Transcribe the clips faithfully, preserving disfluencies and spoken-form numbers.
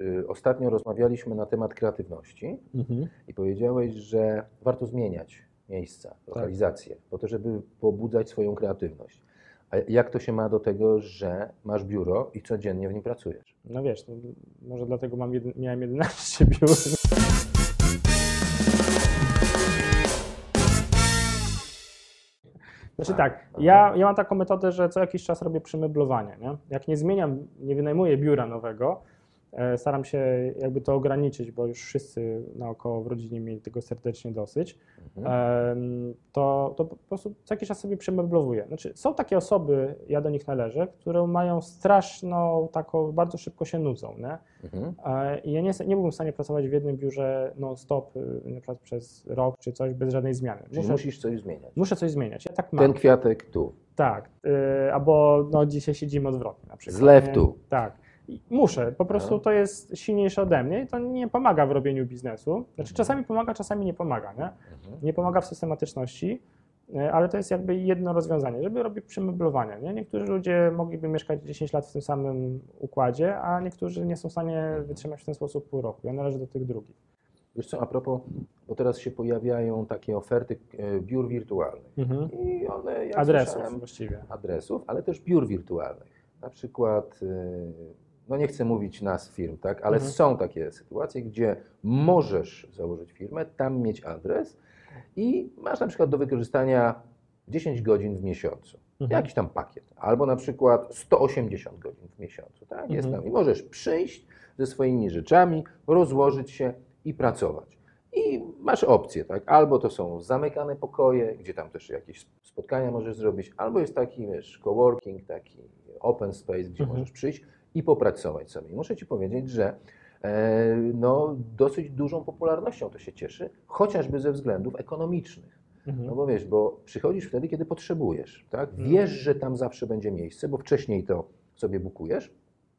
y, ostatnio rozmawialiśmy na temat kreatywności Mhm. i powiedziałeś, że warto zmieniać miejsca, lokalizacje, po to, żeby pobudzać swoją kreatywność. A jak to się ma do tego, że masz biuro i codziennie w nim pracujesz? No wiesz, no, może dlatego mam jed... miałem jedenaście biur. Znaczy tak, ja, ja mam taką metodę, że co jakiś czas robię przemeblowanie, nie? Jak nie zmieniam, nie wynajmuję biura nowego, e, staram się jakby to ograniczyć, bo już wszyscy naokoło w rodzinie mieli tego serdecznie dosyć, Mhm. e, to, to po prostu co jakiś czas sobie przemeblowuję. Znaczy są takie osoby, ja do nich należę, które mają straszną taką, bardzo szybko się nudzą, nie? Mhm. E, I ja nie, nie byłbym w stanie pracować w jednym biurze non-stop, y, na przykład przez rok czy coś, bez żadnej zmiany. Czyli Muszę, musisz coś zmieniać. muszę coś zmieniać. Ja tak mam. Ten kwiatek tu, Tak, y, albo no, dzisiaj siedzimy odwrotnie na przykład. zlew nie? tu. Tak. I muszę, po prostu No. to jest silniejsze ode mnie i to nie pomaga w robieniu biznesu. Znaczy czasami pomaga, czasami nie pomaga, nie? Mhm. Nie pomaga w systematyczności, y, ale to jest jakby jedno rozwiązanie, żeby robić przemeblowanie, nie? Niektórzy ludzie mogliby mieszkać dziesięć lat w tym samym układzie, a niektórzy nie są w stanie wytrzymać w ten sposób pół roku. Ja należę do tych drugich. Wiesz co, a propos, bo teraz się pojawiają takie oferty e, biur wirtualnych Mhm. i one, jak Adresów słyszałem, właściwie. adresów, ale też biur wirtualnych. Na przykład, e, no nie chcę mówić nazw firm, tak, ale Mhm. są takie sytuacje, gdzie możesz założyć firmę, tam mieć adres i masz na przykład do wykorzystania dziesięć godzin w miesiącu. Mhm. Jakiś tam pakiet, albo na przykład sto osiemdziesiąt godzin w miesiącu, tak, jest Mhm. tam i możesz przyjść ze swoimi rzeczami, rozłożyć się i pracować. I masz opcje, tak? Albo to są zamykane pokoje, gdzie tam też jakieś spotkania możesz zrobić, albo jest taki, wiesz, coworking, taki open space, gdzie Mhm. możesz przyjść i popracować sobie. I muszę Ci powiedzieć, że e, no, dosyć dużą popularnością to się cieszy, chociażby ze względów ekonomicznych. Mhm. No bo wiesz, bo przychodzisz wtedy, kiedy potrzebujesz, tak? Mhm. Wiesz, że tam zawsze będzie miejsce, bo wcześniej to sobie bukujesz.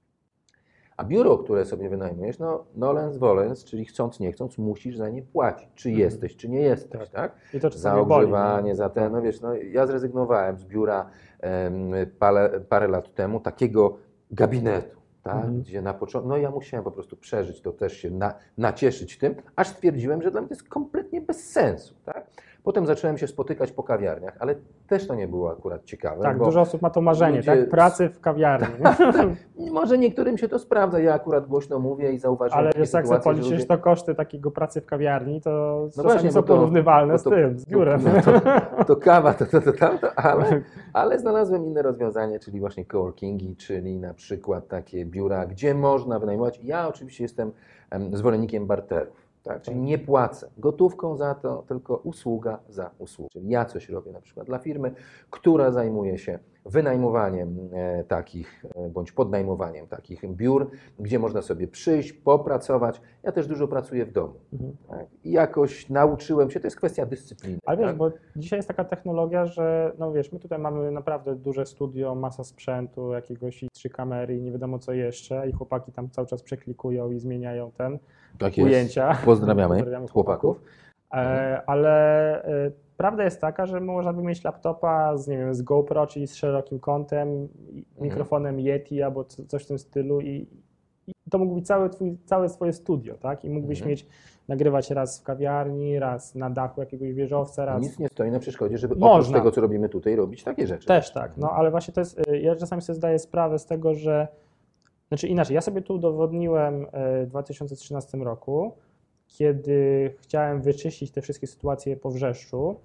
A biuro, które sobie wynajmujesz, no nolens volens, czyli chcąc, nie chcąc, musisz za nie płacić. Czy Mhm. jesteś, czy nie jesteś, Tak. tak? I to Za czasami boli, ogrzewanie, nie? za ten, no wiesz, no ja zrezygnowałem z biura em, parę, parę lat temu, takiego gabinetu, tak? Mhm. Gdzie na początku, no ja musiałem po prostu przeżyć to, też się na, nacieszyć tym, aż stwierdziłem, że dla mnie to jest kompletnie bez sensu, tak? Potem zacząłem się spotykać po kawiarniach, ale też to nie było akurat ciekawe. Tak, bo dużo osób ma to marzenie, ludzie- tak? Pracy w kawiarni. nie? może niektórym się to sprawdza, ja akurat głośno mówię i zauważyłem Ale takie wiesz, jak sobie sytuacje, że policzysz ludzie- to koszty takiego pracy w kawiarni, to No czasami właśnie, są bo to- porównywalne bo z to- tym, z biurem. No to, to kawa, to, to, to tamto, ale, ale znalazłem inne rozwiązanie, czyli właśnie coworkingi, czyli na przykład takie biura, gdzie można wynajmować. Ja oczywiście jestem em, zwolennikiem barterów, tak? Czyli nie płacę gotówką za to, tylko usługa za usługę. Czyli ja coś robię na przykład dla firmy, która zajmuje się wynajmowaniem e, takich, e, bądź podnajmowaniem takich biur, gdzie można sobie przyjść, popracować. Ja też dużo pracuję w domu. Mhm. Tak? I jakoś nauczyłem się, to jest kwestia dyscypliny. Ale wiesz, tak? bo dzisiaj jest taka technologia, że no wiesz, my tutaj mamy naprawdę duże studio, masa sprzętu, jakiegoś i trzy kamery i nie wiadomo co jeszcze i chłopaki tam cały czas przeklikują i zmieniają ten Tak jest. ujęcia. Pozdrawiamy, Pozdrawiamy chłopaków. E, ale e, prawda jest taka, że można by mieć laptopa z, nie wiem, z GoPro, czyli z szerokim kątem, i mikrofonem Yeti albo co- coś w tym stylu i, i to mógł być całe, twój, całe swoje studio, tak? I mógłbyś Mhm. mieć, nagrywać raz w kawiarni, raz na dachu jakiegoś wieżowca, raz... Nic nie stoi na przeszkodzie, żeby Można. oprócz tego, co robimy tutaj, robić takie rzeczy. Też tak, no ale właśnie to jest, y, ja czasami sobie zdaję sprawę z tego, że, znaczy inaczej, ja sobie tu udowodniłem y, w dwa tysiące trzynastym roku, kiedy chciałem wyczyścić te wszystkie sytuacje po wrzeszczu,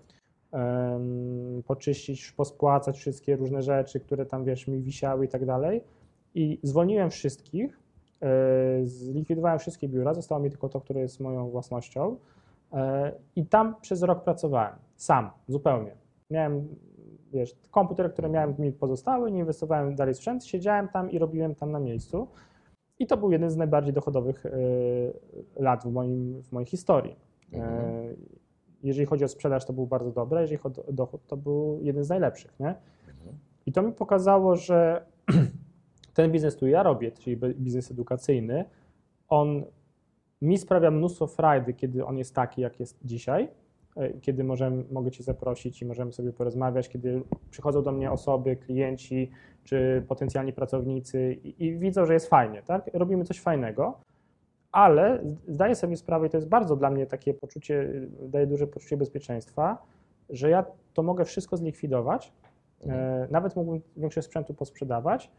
em, poczyścić, pospłacać wszystkie różne rzeczy, które tam, wiesz, mi wisiały i tak dalej i zwolniłem wszystkich, y, zlikwidowałem wszystkie biura, zostało mi tylko to, które jest moją własnością y, i tam przez rok pracowałem, sam, zupełnie. Miałem, wiesz, komputery, które miałem, mi pozostały, nie inwestowałem dalej w sprzęt, siedziałem tam i robiłem tam na miejscu. I to był jeden z najbardziej dochodowych y, lat w, moim, w mojej historii. Mhm. Y, jeżeli chodzi o sprzedaż, to był bardzo dobry, jeżeli chodzi o dochód, to był jeden z najlepszych, nie? Mhm. I to mi pokazało, że ten biznes, który ja robię, czyli biznes edukacyjny, on mi sprawia mnóstwo frajdy, kiedy on jest taki, jak jest dzisiaj, kiedy możemy, mogę Cię zaprosić i możemy sobie porozmawiać, kiedy przychodzą do mnie osoby, klienci czy potencjalni pracownicy i, i widzą, że jest fajnie, tak? Robimy coś fajnego, ale zdaję sobie sprawę, i to jest bardzo dla mnie takie poczucie, daje duże poczucie bezpieczeństwa, że ja to mogę wszystko zlikwidować, e, nawet mógłbym większość sprzętu posprzedawać,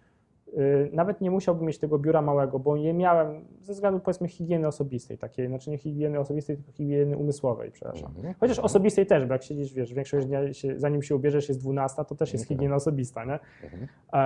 e, nawet nie musiałbym mieć tego biura małego, bo je miałem ze względu, powiedzmy, higieny osobistej, takiej, znaczy nie higieny osobistej, tylko higieny umysłowej, przepraszam. Mhm. Chociaż osobistej też, bo jak siedzisz, wiesz, większość dnia, się, zanim się ubierzesz jest dwunasta, to też jest Mhm. higiena osobista, nie? Mhm.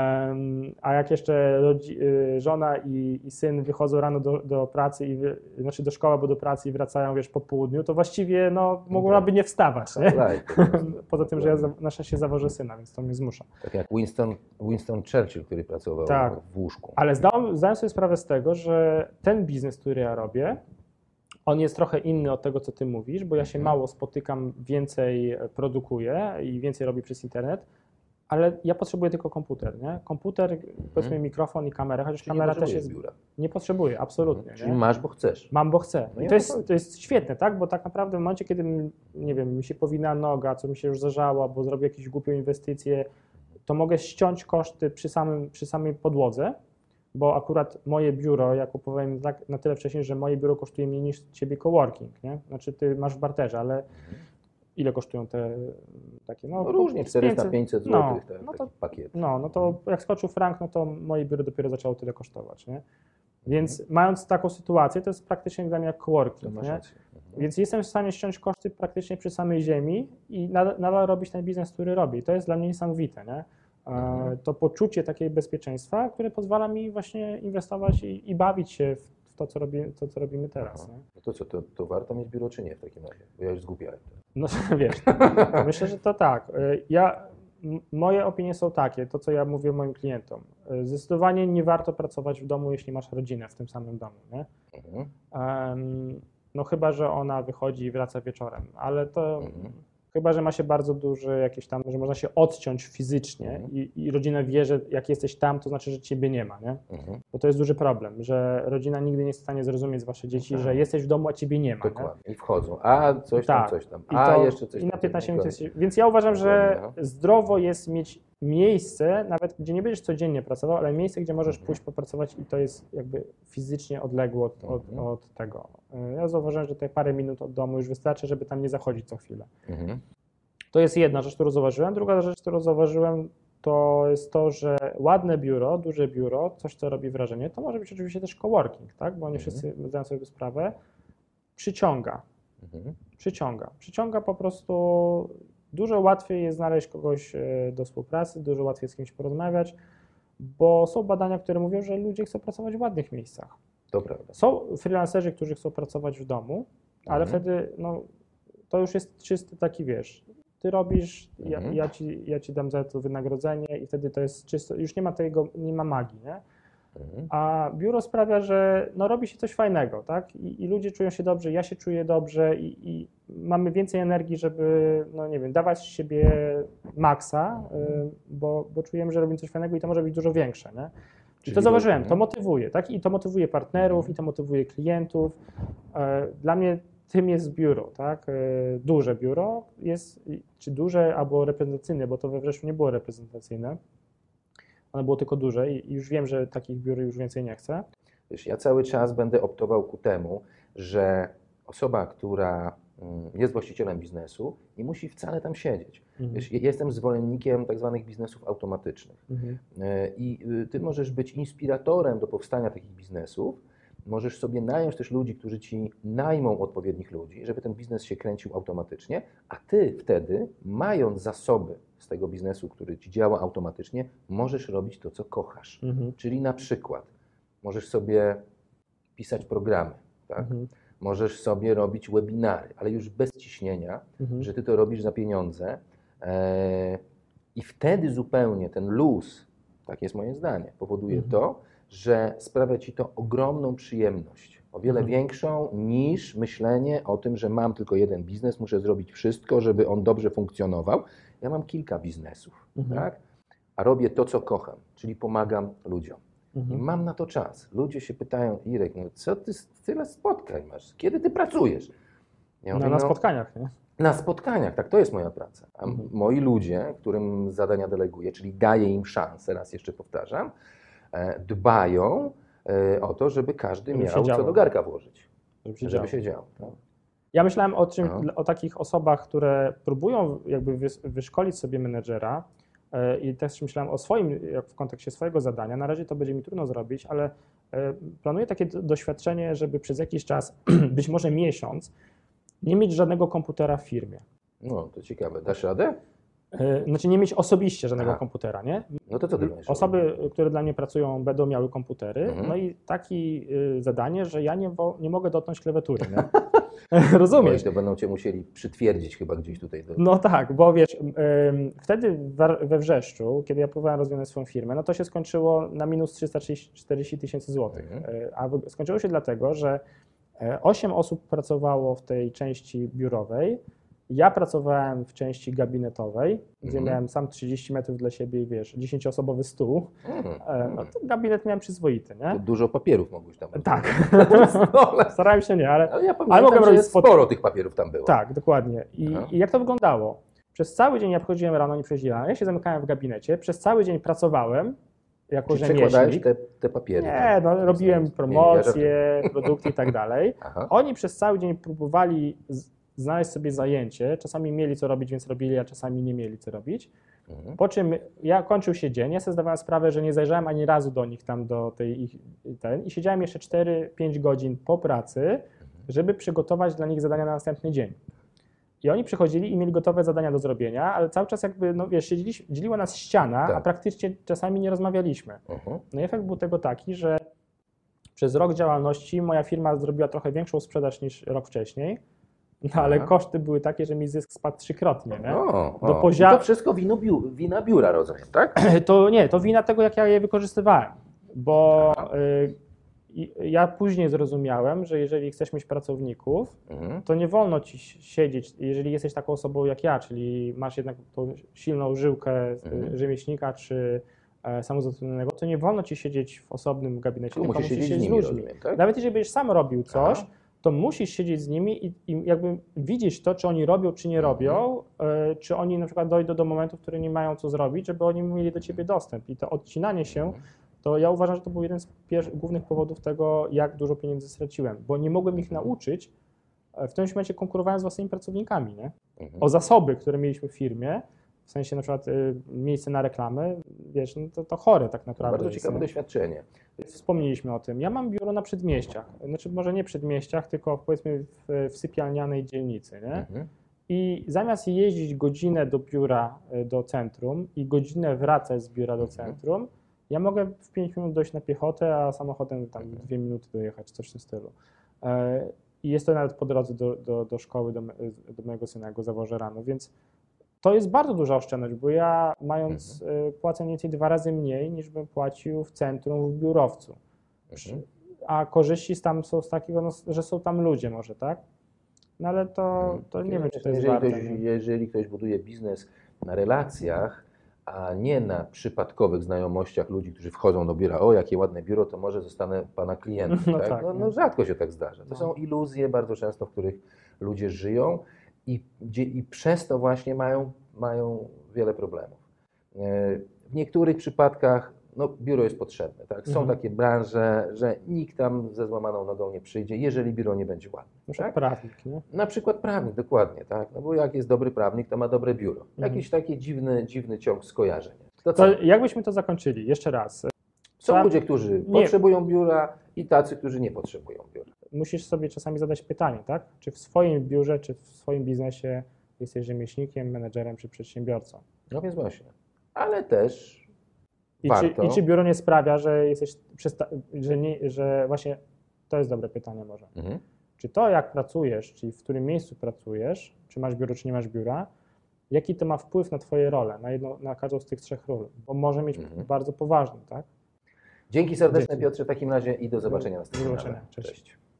Um, a jak jeszcze rodzi, y, żona i, i syn wychodzą rano do, do pracy, i wy, znaczy do szkoły albo do pracy i wracają, wiesz, po południu, to właściwie no, mogłaby nie wstawać, nie? Right. Poza tym, że ja za, na szczęście zawożę syna, więc to mnie zmusza. Tak jak Winston, Winston Churchill, który pracował Tak. w łóżku. Ale zdałem, zdałem sobie sprawę z tego, że ten biznes, który ja robię, on jest trochę inny od tego, co ty mówisz, bo ja się mało spotykam, więcej produkuję i więcej robię przez internet, ale ja potrzebuję tylko komputer, nie? Komputer, powiedzmy mikrofon i kamerę, chociaż Czyli nie kamera też potrzebujesz jest... biura. Nie potrzebuję, absolutnie. Czyli Nie? masz, bo chcesz. Mam, bo chcę. No I i to o to jest, chodzi. to jest świetne, tak? Bo tak naprawdę w momencie, kiedy, mi- nie wiem, mi się powina noga, co mi się już zażała, bo zrobię jakąś głupią inwestycję, to mogę ściąć koszty przy, samym, przy samej podłodze, bo akurat moje biuro, ja kupowałem tak, na tyle wcześniej, że moje biuro kosztuje mniej niż ciebie coworking, nie? Znaczy ty masz w barterze, ale ile kosztują te takie? No różnie, czterysta pięćset pięćset no, złotych, tak, no taki to- pakiet. No, no to jak skoczył frank, no to moje biuro dopiero zaczęło tyle kosztować, nie? Więc mając taką sytuację, to jest praktycznie dla mnie jak To coworking, masz nie? rację. Mhm. Więc jestem w stanie ściąć koszty praktycznie przy samej ziemi i nadal, nadal robić ten biznes, który robię. I to jest dla mnie niesamowite, nie? E, Mhm. To poczucie takiej bezpieczeństwa, które pozwala mi właśnie inwestować i, i bawić się w w to, co, robi, to, co robimy teraz. Aha. Nie? No to co, to, to warto mieć biuro czy nie w takim razie? Bo ja już zgubiałem. No wiesz, myślę, że to tak. E, Ja, m- moje opinie są takie, to co ja mówię moim klientom. E, Zdecydowanie nie warto pracować w domu, jeśli masz rodzinę w tym samym domu, nie? Mhm. Em, No chyba, że ona wychodzi i wraca wieczorem, ale to Mhm. chyba, że ma się bardzo duży jakieś tam, że można się odciąć fizycznie Mhm. i, i rodzina wie, że jak jesteś tam, to znaczy, że ciebie nie ma, nie? Mhm. Bo to jest duży problem, że rodzina nigdy nie jest w stanie zrozumieć z wasze dzieci, tak. że jesteś w domu, a ciebie nie ma, nie? Dokładnie. I wchodzą. A coś tam, Tak. coś tam. I, A to, jeszcze coś I na tam. piętnaście minut Dokładnie. jest... Więc ja uważam, że Dokładnie, zdrowo jest mieć miejsce, nawet gdzie nie będziesz codziennie pracował, ale miejsce, gdzie możesz Mhm. pójść popracować i to jest jakby fizycznie odległe od, od, Mhm. od tego. Ja zauważyłem, że te parę minut od domu już wystarczy, żeby tam nie zachodzić co chwilę. Mhm. To jest jedna rzecz, którą zauważyłem. Druga rzecz, którą zauważyłem, to jest to, że ładne biuro, duże biuro, coś, co robi wrażenie, to może być oczywiście też coworking, tak? Bo nie Mhm. wszyscy zdają sobie sprawę, przyciąga. Mhm. Przyciąga. Przyciąga po prostu, dużo łatwiej jest znaleźć kogoś e, do współpracy, dużo łatwiej z kimś porozmawiać, bo są badania, które mówią, że ludzie chcą pracować w ładnych miejscach. To prawda. Są freelancerzy, którzy chcą pracować w domu, ale Mhm. wtedy no, to już jest czysty taki, wiesz, ty robisz, ja, Mhm. ja, ci, ja ci dam za to wynagrodzenie i wtedy to jest czysto, już nie ma tego, nie ma magii, nie? Mhm. A biuro sprawia, że no, robi się coś fajnego, tak? I, i ludzie czują się dobrze, ja się czuję dobrze i, i mamy więcej energii, żeby, no nie wiem, dawać z siebie maksa, y, bo, bo czujemy, że robimy coś fajnego i to może być dużo większe, nie? I Czyli to zauważyłem, do- to motywuje, tak? I to motywuje partnerów, Mhm. i to motywuje klientów. E, Dla mnie tym jest biuro, tak? E, Duże biuro jest, czy duże albo reprezentacyjne, bo to we Wrześniu nie było reprezentacyjne. Ono było tylko duże i i już wiem, że takich biur już więcej nie chcę. Wiesz, ja cały czas będę optował ku temu, że osoba, która mm, jest właścicielem biznesu, nie musi wcale tam siedzieć. Mhm. Wiesz, ja jestem zwolennikiem tak zwanych biznesów automatycznych. Mhm. E, I y, ty możesz być inspiratorem do powstania takich biznesów. Możesz sobie nająć też ludzi, którzy ci najmą odpowiednich ludzi, żeby ten biznes się kręcił automatycznie, a ty wtedy, mając zasoby z tego biznesu, który ci działa automatycznie, możesz robić to, co kochasz. Mhm. Czyli na przykład możesz sobie pisać programy, tak? Mhm. Możesz sobie robić webinary, ale już bez ciśnienia, Mhm. że ty to robisz za pieniądze e, i wtedy zupełnie ten luz, tak jest moje zdanie, powoduje Mhm. to, że sprawia ci to ogromną przyjemność, o wiele Mhm. większą niż myślenie o tym, że mam tylko jeden biznes, muszę zrobić wszystko, żeby on dobrze funkcjonował. Ja mam kilka biznesów, Mhm. tak? A robię to, co kocham, czyli pomagam ludziom. I Mhm. mam na to czas. Ludzie się pytają, Irek, no co ty z- tyle spotkań masz? Kiedy ty pracujesz? Ja No, mówię, na no, spotkaniach, nie? na spotkaniach, tak, to jest moja praca. A Mhm. moi ludzie, którym zadania deleguję, czyli daję im szansę, raz jeszcze powtarzam, e, dbają e, o to, żeby każdy Żeby się miał co działo. do garka włożyć, Żeby się żeby działo. się działo. tak. Ja myślałem o, czym, Aha. o takich osobach, które próbują jakby wys- wyszkolić sobie menedżera e, i też myślałem o swoim, jak w kontekście swojego zadania. Na razie to będzie mi trudno zrobić, ale e, planuję takie do- doświadczenie, żeby przez jakiś czas, być może miesiąc, nie mieć żadnego komputera w firmie. No, to ciekawe. Dasz radę? E, Znaczy nie mieć osobiście żadnego Aha. komputera, nie? No to co ty będziesz robił? Osoby, które dla mnie pracują, będą miały komputery, Mhm. no i takie zadanie, że ja nie, wo- nie mogę dotknąć klawiatury, nie? Oj, Rozumiesz? to będą cię musieli przytwierdzić chyba gdzieś tutaj. Do... No tak, bo wiesz, ym, wtedy we- we wrzeszczu, kiedy ja próbowałem rozwiązać swoją firmę, no to się skończyło na minus trzysta czterdzieści tysięcy złotych. Mhm. Y, A wy- skończyło się dlatego, że e, osiem osób pracowało w tej części biurowej, ja pracowałem w części gabinetowej, gdzie Mhm. miałem sam trzydzieści metrów dla siebie i wiesz, dziesięcioosobowy stół. Mhm. E, No to gabinet miałem przyzwoity, To nie? dużo papierów mogłeś tam Tak. No, Starałem się nie, ale ale ja pamiętam, mogłem że robić sporo spot- tych papierów tam było. tak, dokładnie. I, Aha. I jak to wyglądało? Przez cały dzień ja wchodziłem rano, nie przeździłem, ja się zamykałem w gabinecie, przez cały dzień pracowałem jako Czy przekładałeś rzemieślnik. te, te papiery? Nie, tam? no, robiłem Nie, ja promocje, produkty i tak dalej. Aha. Oni przez cały dzień próbowali z- znaleźć sobie zajęcie, czasami mieli co robić, więc robili, a czasami nie mieli co robić. Mhm. Po czym ja kończył się dzień, ja sobie zdawałem sprawę, że nie zajrzałem ani razu do nich tam, do tej ich, ten i siedziałem jeszcze cztery pięć godzin po pracy, żeby przygotować dla nich zadania na następny dzień. I oni przychodzili i mieli gotowe zadania do zrobienia, ale cały czas jakby, no wiesz, siedzieliśmy, dzieliła nas ściana, Tak. a praktycznie czasami nie rozmawialiśmy. Mhm. No i efekt był tego taki, że przez rok działalności moja firma zrobiła trochę większą sprzedaż niż rok wcześniej, no ale Aha. koszty były takie, że mi zysk spadł trzykrotnie, nie? No, Do o. pozia- I to wszystko wino biu, wina biura, rozumiem, tak? To nie, to wina tego, jak ja je wykorzystywałem, bo y, i- ja później zrozumiałem, że jeżeli chcesz mieć pracowników, Mhm. to nie wolno ci siedzieć, jeżeli jesteś taką osobą jak ja, czyli masz jednak tą silną żyłkę y, Mhm. rzemieślnika czy e, samozatrudnionego, to nie wolno ci siedzieć w osobnym gabinecie, Tylko musisz siedzieć z z nimi, ludźmi. rozumiem, tak? Nawet jeżeli będziesz sam robił coś, Aha. to musisz siedzieć z nimi i, i jakby widzieć to, czy oni robią, czy nie Mhm. robią, e, czy oni na przykład dojdą do momentu, w którym nie mają co zrobić, żeby oni mieli do ciebie dostęp. I to odcinanie się, Mhm. to ja uważam, że to był jeden z pier- głównych powodów tego, jak dużo pieniędzy straciłem, bo nie mogłem ich Mhm. nauczyć. E, W tym momencie konkurowałem z własnymi pracownikami, nie? Mhm. O zasoby, które mieliśmy w firmie, w sensie na przykład y, miejsce na reklamy, wiesz, no to, to chore tak naprawdę Bardzo jest, ciekawe nie? doświadczenie. Wspomnieliśmy o tym. Ja mam biuro na przedmieściach, znaczy może nie przedmieściach, tylko powiedzmy w, w sypialnianej dzielnicy, nie? Mhm. I zamiast jeździć godzinę do biura, y, do centrum i godzinę wracać z biura do Mhm. centrum, ja mogę w pięć minut dojść na piechotę, a samochodem tam Mhm. dwie minuty dojechać, coś w tym stylu. E, I jest to nawet po drodze do, do, do szkoły, do, me- do mojego syna, jak go zawożę rano, więc to jest bardzo duża oszczędność, bo ja mając, Mhm. y, płacę mniej więcej dwa razy mniej, niż bym płacił w centrum, w biurowcu. Mhm. A korzyści tam są z takiego, no, że są tam ludzie może, tak? No ale to, to nie wiem, czy to jest jeżeli warte. ktoś, nie? jeżeli ktoś buduje biznes na relacjach, a nie na przypadkowych znajomościach ludzi, którzy wchodzą do biura, o jakie ładne biuro, to może zostanę pana klientem. No tak? tak, No, nie? no rzadko się tak zdarza. To No. są iluzje bardzo często, w których ludzie żyją i, gdzie, i przez to właśnie mają, mają wiele problemów. E, W niektórych przypadkach no, biuro jest potrzebne. Tak? Są Mhm. takie branże, że nikt tam ze złamaną nogą nie przyjdzie, jeżeli biuro nie będzie ładne. Na przykład Tak? prawnik, nie? Na przykład prawnik, dokładnie, tak? No bo jak jest dobry prawnik, to ma dobre biuro. Mhm. Jakiś taki dziwny, dziwny ciąg skojarzeń. To co? To jakbyśmy to zakończyli? Jeszcze raz. Są Trzeba- ludzie, którzy Nie. potrzebują biura i tacy, którzy nie potrzebują biura. Musisz sobie czasami zadać pytanie, tak? Czy w swoim biurze, czy w swoim biznesie jesteś rzemieślnikiem, menedżerem, czy przedsiębiorcą? No więc właśnie. Ale też I czy, warto... I czy biuro nie sprawia, że jesteś, przysta- że, nie, że właśnie, to jest dobre pytanie może. Mhm. Czy to, jak pracujesz, czyli w którym miejscu pracujesz, czy masz biuro, czy nie masz biura, jaki to ma wpływ na twoje role, na, jedną, na każdą z tych trzech ról? Bo może mieć Mhm. bardzo poważny, tak? Dzięki serdeczne, Dzięki. Piotrze, w takim razie i do zobaczenia Do następnym zobaczenia. razem. Cześć. Cześć.